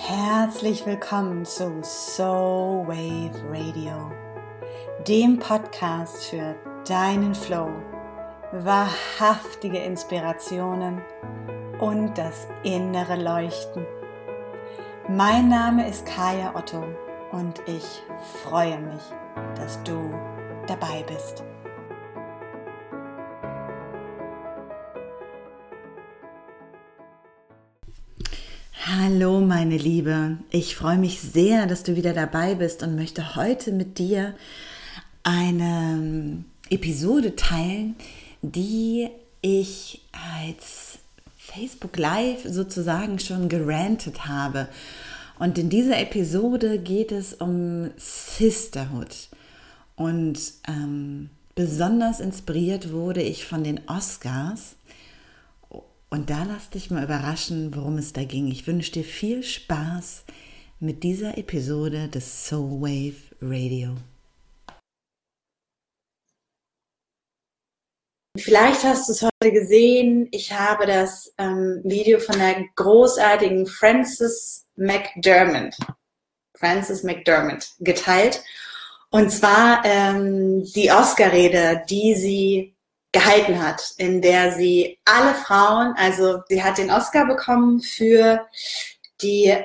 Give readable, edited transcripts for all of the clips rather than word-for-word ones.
Herzlich willkommen zu Soul Wave Radio, dem Podcast für deinen Flow, wahrhaftige Inspirationen und das innere Leuchten. Mein Name ist Kaya Otto und ich freue mich, dass du dabei bist. Hallo meine Liebe, ich freue mich sehr, dass du wieder dabei bist und möchte heute mit dir eine Episode teilen, die ich als Facebook Live sozusagen schon gerantet habe. Und in dieser Episode geht es um Sisterhood und besonders inspiriert wurde ich von den Oscars. Und da lass dich mal überraschen, worum es da ging. Ich wünsche dir viel Spaß mit dieser Episode des Soul Wave Radio. Vielleicht hast du es heute gesehen. Ich habe das Video von der großartigen Frances McDermott geteilt. Und zwar die Oscar-Rede, die sie gehalten hat, in der sie alle Frauen, also sie hat den Oscar bekommen für die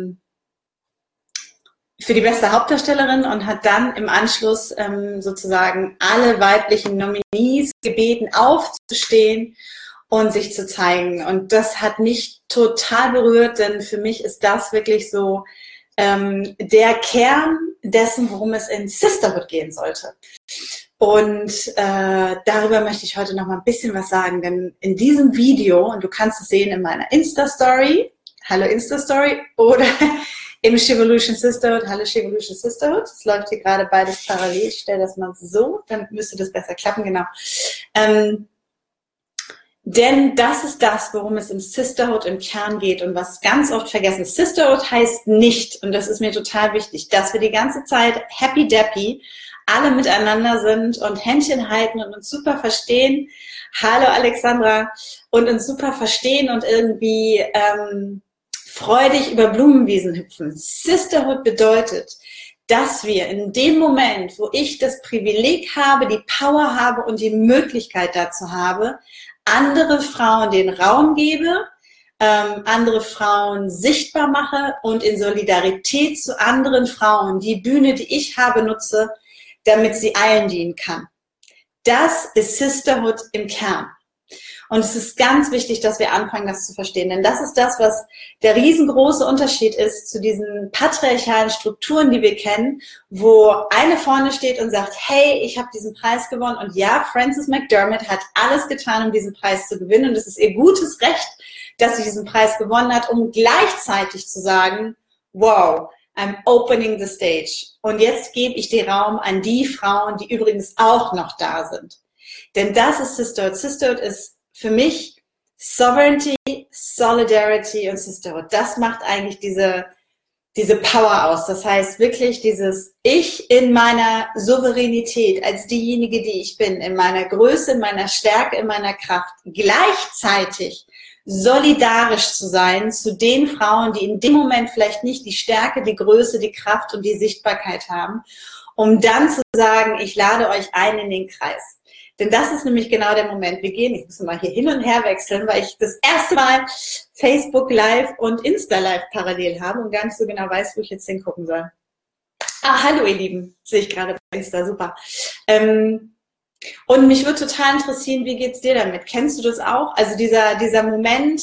beste Hauptdarstellerin und hat dann im Anschluss sozusagen alle weiblichen Nominees gebeten, aufzustehen und sich zu zeigen. Und das hat mich total berührt, denn für mich ist das wirklich so der Kern dessen, worum es in Sisterhood gehen sollte. Und darüber möchte ich heute noch mal ein bisschen was sagen, denn in diesem Video, und du kannst es sehen in meiner Insta-Story, hallo Insta-Story, oder im Shevolution Sisterhood, hallo Shevolution Sisterhood, es läuft hier gerade beides parallel, ich stelle das mal so, dann müsste das besser klappen, genau. Denn das ist das, worum es im Sisterhood im Kern geht und was ganz oft vergessen ist. Sisterhood heißt nicht, und das ist mir total wichtig, dass wir die ganze Zeit happy-dappy alle miteinander sind und Händchen halten und uns super verstehen. Hallo Alexandra. Und uns super verstehen und irgendwie freudig über Blumenwiesen hüpfen. Sisterhood bedeutet, dass wir in dem Moment, wo ich das Privileg habe, die Power habe und die Möglichkeit dazu habe, andere Frauen den Raum gebe, andere Frauen sichtbar mache und in Solidarität zu anderen Frauen die Bühne, die ich habe, nutze, damit sie allen dienen kann. Das ist Sisterhood im Kern. Und es ist ganz wichtig, dass wir anfangen, das zu verstehen. Denn das ist das, was der riesengroße Unterschied ist zu diesen patriarchalen Strukturen, die wir kennen, wo eine vorne steht und sagt, hey, ich habe diesen Preis gewonnen. Und ja, Frances McDermott hat alles getan, um diesen Preis zu gewinnen. Und es ist ihr gutes Recht, dass sie diesen Preis gewonnen hat, um gleichzeitig zu sagen, wow, I'm opening the stage. Und jetzt gebe ich den Raum an die Frauen, die übrigens auch noch da sind. Denn das ist Sisterhood. Sisterhood ist für mich Sovereignty, Solidarity und Sisterhood. Das macht eigentlich diese Power aus. Das heißt wirklich dieses Ich in meiner Souveränität als diejenige, die ich bin, in meiner Größe, in meiner Stärke, in meiner Kraft, gleichzeitig solidarisch zu sein zu den Frauen, die in dem Moment vielleicht nicht die Stärke, die Größe, die Kraft und die Sichtbarkeit haben, um dann zu sagen, ich lade euch ein in den Kreis. Denn das ist nämlich genau der Moment. Ich muss mal hier hin und her wechseln, weil ich das erste Mal Facebook Live und Insta Live parallel habe und gar nicht so genau weiß, wo ich jetzt hingucken soll. Hallo ihr Lieben, sehe ich gerade bei Insta, super. Und mich würde total interessieren, wie geht's dir damit? Kennst du das auch? Also dieser Moment,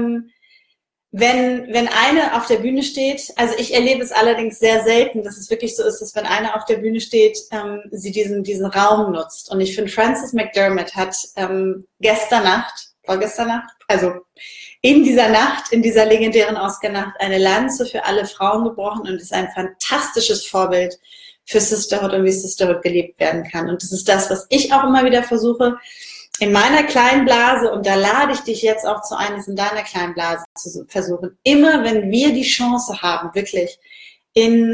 wenn eine auf der Bühne steht, also ich erlebe es allerdings sehr selten, dass es wirklich so ist, dass wenn eine auf der Bühne steht, sie diesen Raum nutzt. Und ich finde, Frances McDermott hat vorgestern Nacht, also in dieser legendären Oscar-Nacht, eine Lanze für alle Frauen gebrochen und ist ein fantastisches Vorbild für Sisterhood und wie Sisterhood gelebt werden kann. Und das ist das, was ich auch immer wieder versuche, in meiner kleinen Blase, und da lade ich dich jetzt auch zu ein, es in deiner kleinen Blase zu versuchen. Immer wenn wir die Chance haben, wirklich im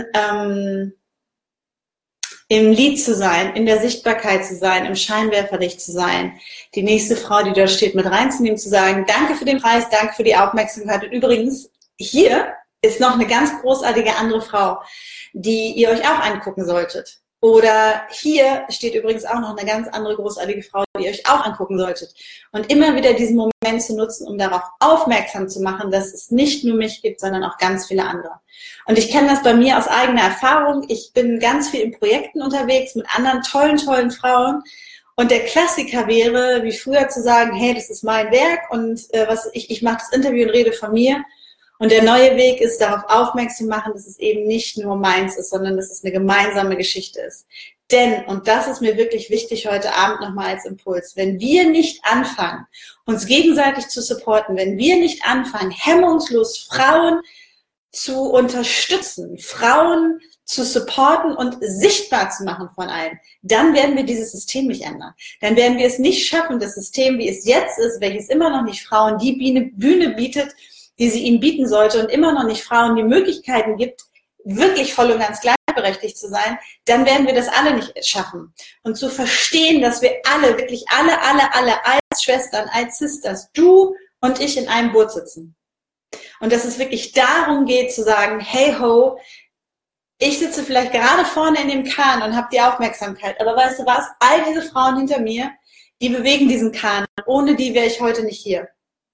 Lied zu sein, in der Sichtbarkeit zu sein, im Scheinwerferlicht zu sein, die nächste Frau, die da steht, mit reinzunehmen, zu sagen, danke für den Preis, danke für die Aufmerksamkeit. Und übrigens, hier ist noch eine ganz großartige andere Frau, die ihr euch auch angucken solltet. Oder hier steht übrigens auch noch eine ganz andere großartige Frau, die ihr euch auch angucken solltet. Und immer wieder diesen Moment zu nutzen, um darauf aufmerksam zu machen, dass es nicht nur mich gibt, sondern auch ganz viele andere. Und ich kenne das bei mir aus eigener Erfahrung. Ich bin ganz viel in Projekten unterwegs mit anderen tollen Frauen. Und der Klassiker wäre, wie früher zu sagen, hey, das ist mein Werk und ich mache das Interview und rede von mir. Und der neue Weg ist, darauf aufmerksam zu machen, dass es eben nicht nur meins ist, sondern dass es eine gemeinsame Geschichte ist. Denn, und das ist mir wirklich wichtig heute Abend nochmal als Impuls, wenn wir nicht anfangen, uns gegenseitig zu supporten, wenn wir nicht anfangen, hemmungslos Frauen zu unterstützen, Frauen zu supporten und sichtbar zu machen von allem, dann werden wir dieses System nicht ändern. Dann werden wir es nicht schaffen, das System, wie es jetzt ist, welches immer noch nicht Frauen die Bühne bietet, die sie ihnen bieten sollte und immer noch nicht Frauen die Möglichkeiten gibt, wirklich voll und ganz gleichberechtigt zu sein, dann werden wir das alle nicht schaffen. Und zu verstehen, dass wir alle, wirklich alle als Schwestern, als Sisters, du und ich in einem Boot sitzen. Und dass es wirklich darum geht zu sagen, hey ho, ich sitze vielleicht gerade vorne in dem Kahn und habe die Aufmerksamkeit, aber weißt du was, all diese Frauen hinter mir, die bewegen diesen Kahn. Ohne die wäre ich heute nicht hier.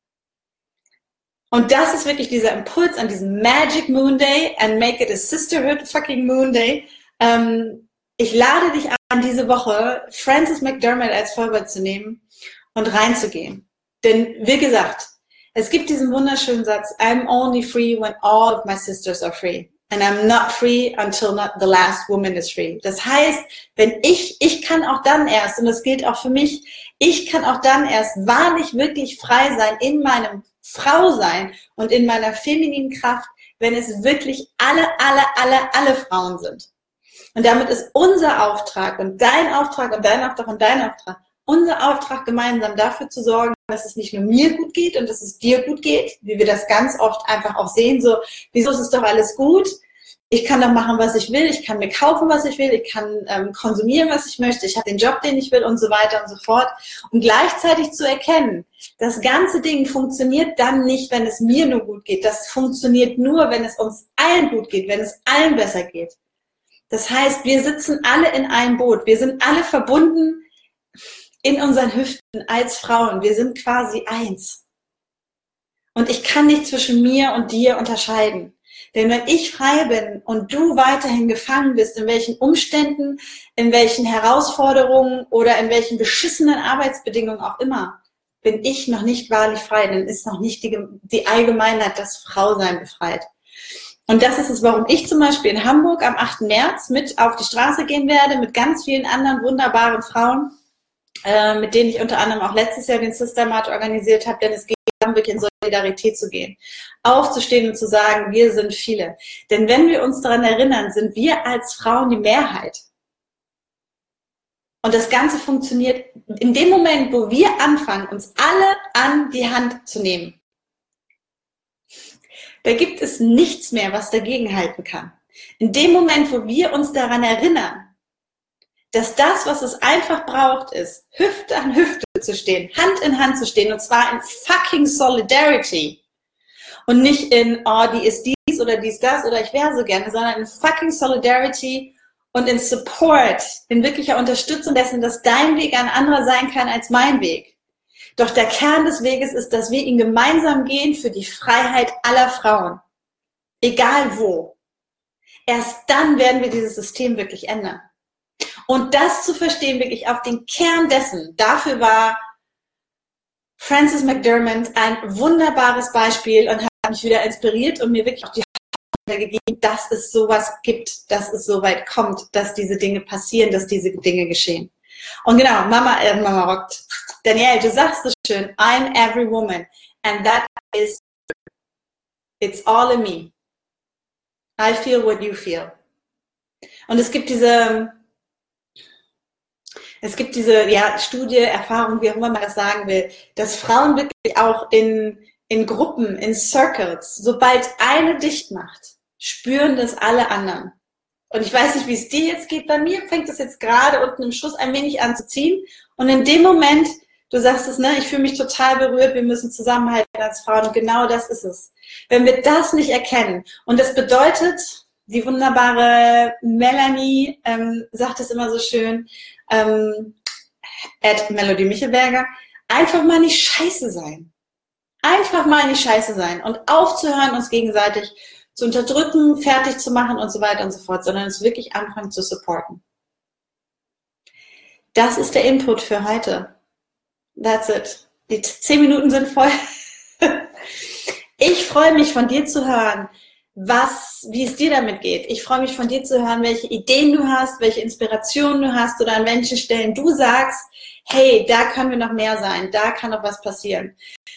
Und das ist wirklich dieser Impuls an diesem Magic Moon Day and make it a Sisterhood fucking Moon Day. Ich lade dich an, diese Woche Frances McDermott als Vorbild zu nehmen und reinzugehen. Denn, wie gesagt, es gibt diesen wunderschönen Satz, I'm only free when all of my sisters are free. And I'm not free until not the last woman is free. Das heißt, wenn ich kann auch dann erst, und das gilt auch für mich, ich kann auch dann erst wahrlich wirklich frei sein in meinem Frausein und in meiner femininen Kraft, wenn es wirklich alle Frauen sind. Und damit ist unser Auftrag und dein Auftrag und dein Auftrag und dein Auftrag, unser Auftrag gemeinsam dafür zu sorgen, dass es nicht nur mir gut geht und dass es dir gut geht, wie wir das ganz oft einfach auch sehen, so, wieso ist es doch alles gut? Ich kann doch machen, was ich will, ich kann mir kaufen, was ich will, ich kann konsumieren, was ich möchte, ich habe den Job, den ich will und so weiter und so fort. Und gleichzeitig zu erkennen, das ganze Ding funktioniert dann nicht, wenn es mir nur gut geht. Das funktioniert nur, wenn es uns allen gut geht, wenn es allen besser geht. Das heißt, wir sitzen alle in einem Boot, wir sind alle verbunden in unseren Hüften als Frauen, wir sind quasi eins. Und ich kann nicht zwischen mir und dir unterscheiden. Denn wenn ich frei bin und du weiterhin gefangen bist, in welchen Umständen, in welchen Herausforderungen oder in welchen beschissenen Arbeitsbedingungen auch immer, bin ich noch nicht wahrlich frei, dann ist noch nicht die Allgemeinheit, das Frausein befreit. Und das ist es, warum ich zum Beispiel in Hamburg am 8. März mit auf die Straße gehen werde, mit ganz vielen anderen wunderbaren Frauen, mit denen ich unter anderem auch letztes Jahr den Sister March organisiert habe, denn es geht darum, wirklich in Solidarität zu gehen, aufzustehen und zu sagen, wir sind viele. Denn wenn wir uns daran erinnern, sind wir als Frauen die Mehrheit. Und das Ganze funktioniert in dem Moment, wo wir anfangen, uns alle an die Hand zu nehmen. Da gibt es nichts mehr, was dagegen halten kann. In dem Moment, wo wir uns daran erinnern, dass das, was es einfach braucht, ist, Hüfte an Hüfte zu stehen, Hand in Hand zu stehen, und zwar in fucking Solidarity. Und nicht in, oh, die ist dies oder dies das oder ich wäre so gerne, sondern in fucking Solidarity und in Support, in wirklicher Unterstützung dessen, dass dein Weg ein anderer sein kann als mein Weg. Doch der Kern des Weges ist, dass wir ihn gemeinsam gehen für die Freiheit aller Frauen. Egal wo. Erst dann werden wir dieses System wirklich ändern. Und das zu verstehen, wirklich auf den Kern dessen, dafür war Frances McDermott ein wunderbares Beispiel und hat mich wieder inspiriert und mir wirklich auch die Hoffnung gegeben, dass es sowas gibt, dass es so weit kommt, dass diese Dinge passieren, dass diese Dinge geschehen. Und genau, Mama rockt. Danielle, du sagst so schön, I'm every woman. And that is, it's all in me. I feel what you feel. Und es gibt diese Studie, Erfahrung, wie auch immer man das sagen will, dass Frauen wirklich auch in Gruppen, in Circles, sobald eine dicht macht, spüren das alle anderen. Und ich weiß nicht, wie es dir jetzt geht. Bei mir fängt es jetzt gerade unten im Schuss ein wenig an zu ziehen. Und in dem Moment, Du sagst es, ne? Ich fühle mich total berührt, wir müssen zusammenhalten als Frauen. Und genau das ist es. Wenn wir das nicht erkennen, und das bedeutet, die wunderbare Melanie sagt es immer so schön, Melody Michelberger, einfach mal nicht scheiße sein. Einfach mal nicht scheiße sein und aufzuhören, uns gegenseitig zu unterdrücken, fertig zu machen und so weiter und so fort, sondern es wirklich anfangen zu supporten. Das ist der Input für heute. That's it. Die 10 Minuten sind voll. Ich freue mich, von dir zu hören, wie es dir damit geht. Ich freue mich, von dir zu hören, welche Ideen du hast, welche Inspirationen du hast oder an welchen Stellen du sagst, hey, da können wir noch mehr sein, da kann noch was passieren.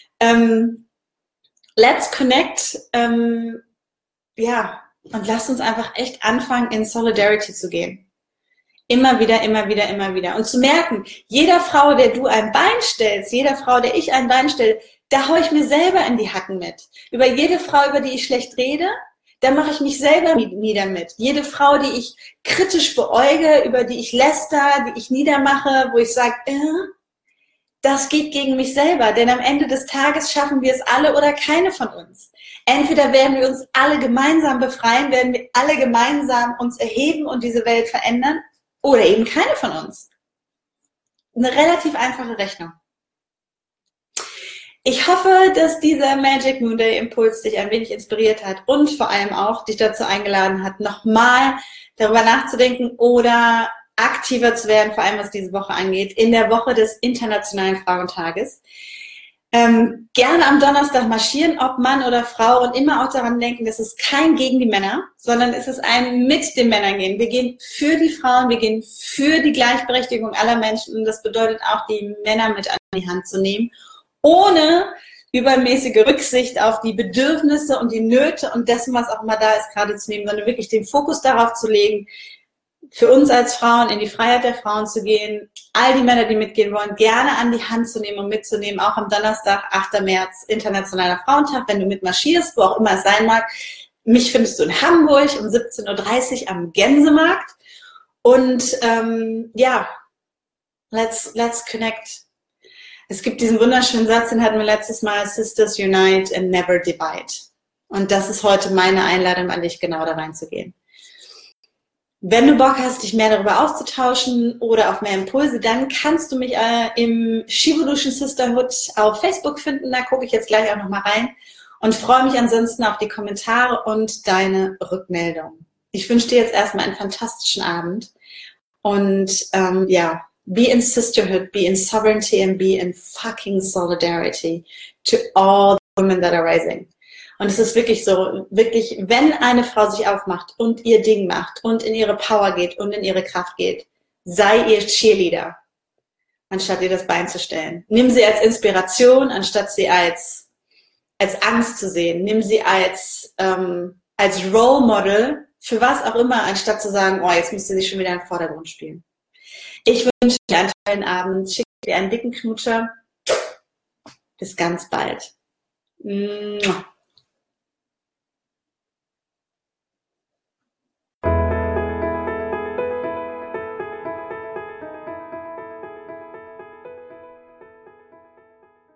Let's connect. Ja, und lasst uns einfach echt anfangen, in Solidarity zu gehen. Immer wieder, immer wieder, immer wieder. Und zu merken, jeder Frau, der du ein Bein stellst, jeder Frau, der ich ein Bein stelle, da haue ich mir selber in die Hacken mit. Über jede Frau, über die ich schlecht rede, da mache ich mich selber nieder mit. Jede Frau, die ich kritisch beäuge, über die ich läster, die ich niedermache, wo ich sage, das geht gegen mich selber. Denn am Ende des Tages schaffen wir es alle oder keine von uns. Entweder werden wir uns alle gemeinsam befreien, werden wir alle gemeinsam uns erheben und diese Welt verändern, oder eben keine von uns. Eine relativ einfache Rechnung. Ich hoffe, dass dieser Magic Moon Day Impuls dich ein wenig inspiriert hat und vor allem auch dich dazu eingeladen hat, nochmal darüber nachzudenken oder aktiver zu werden, vor allem was diese Woche angeht, in der Woche des Internationalen Frauentages. Gerne am Donnerstag marschieren, ob Mann oder Frau, und immer auch daran denken, dass es kein gegen die Männer, sondern es ist ein mit den Männern gehen. Wir gehen für die Frauen, wir gehen für die Gleichberechtigung aller Menschen, und das bedeutet auch, die Männer mit an die Hand zu nehmen, ohne übermäßige Rücksicht auf die Bedürfnisse und die Nöte und dessen, was auch immer da ist, gerade zu nehmen, sondern wirklich den Fokus darauf zu legen, für uns als Frauen in die Freiheit der Frauen zu gehen, all die Männer, die mitgehen wollen, gerne an die Hand zu nehmen und mitzunehmen, auch am Donnerstag, 8. März, Internationaler Frauentag, wenn du mitmarschierst, wo auch immer es sein mag. Mich findest du in Hamburg um 17.30 Uhr am Gänsemarkt. Und ja, let's connect. Es gibt diesen wunderschönen Satz, den hatten wir letztes Mal, Sisters unite and never divide. Und das ist heute meine Einladung an dich, genau da reinzugehen. Wenn du Bock hast, dich mehr darüber auszutauschen oder auf mehr Impulse, dann kannst du mich im Shevolution Sisterhood auf Facebook finden. Da gucke ich jetzt gleich auch nochmal rein und freue mich ansonsten auf die Kommentare und deine Rückmeldung. Ich wünsche dir jetzt erstmal einen fantastischen Abend und ja, be in sisterhood, be in sovereignty and be in fucking solidarity to all the women that are rising. Und es ist wirklich so, wirklich, wenn eine Frau sich aufmacht und ihr Ding macht und in ihre Power geht und in ihre Kraft geht, sei ihr Cheerleader, anstatt ihr das Bein zu stellen. Nimm sie als Inspiration, anstatt sie als Angst zu sehen. Nimm sie als Role Model, für was auch immer, anstatt zu sagen, oh, jetzt müsst ihr sich schon wieder im Vordergrund spielen. Ich wünsche dir einen tollen Abend, schicke dir einen dicken Knutscher. Bis ganz bald. Mua.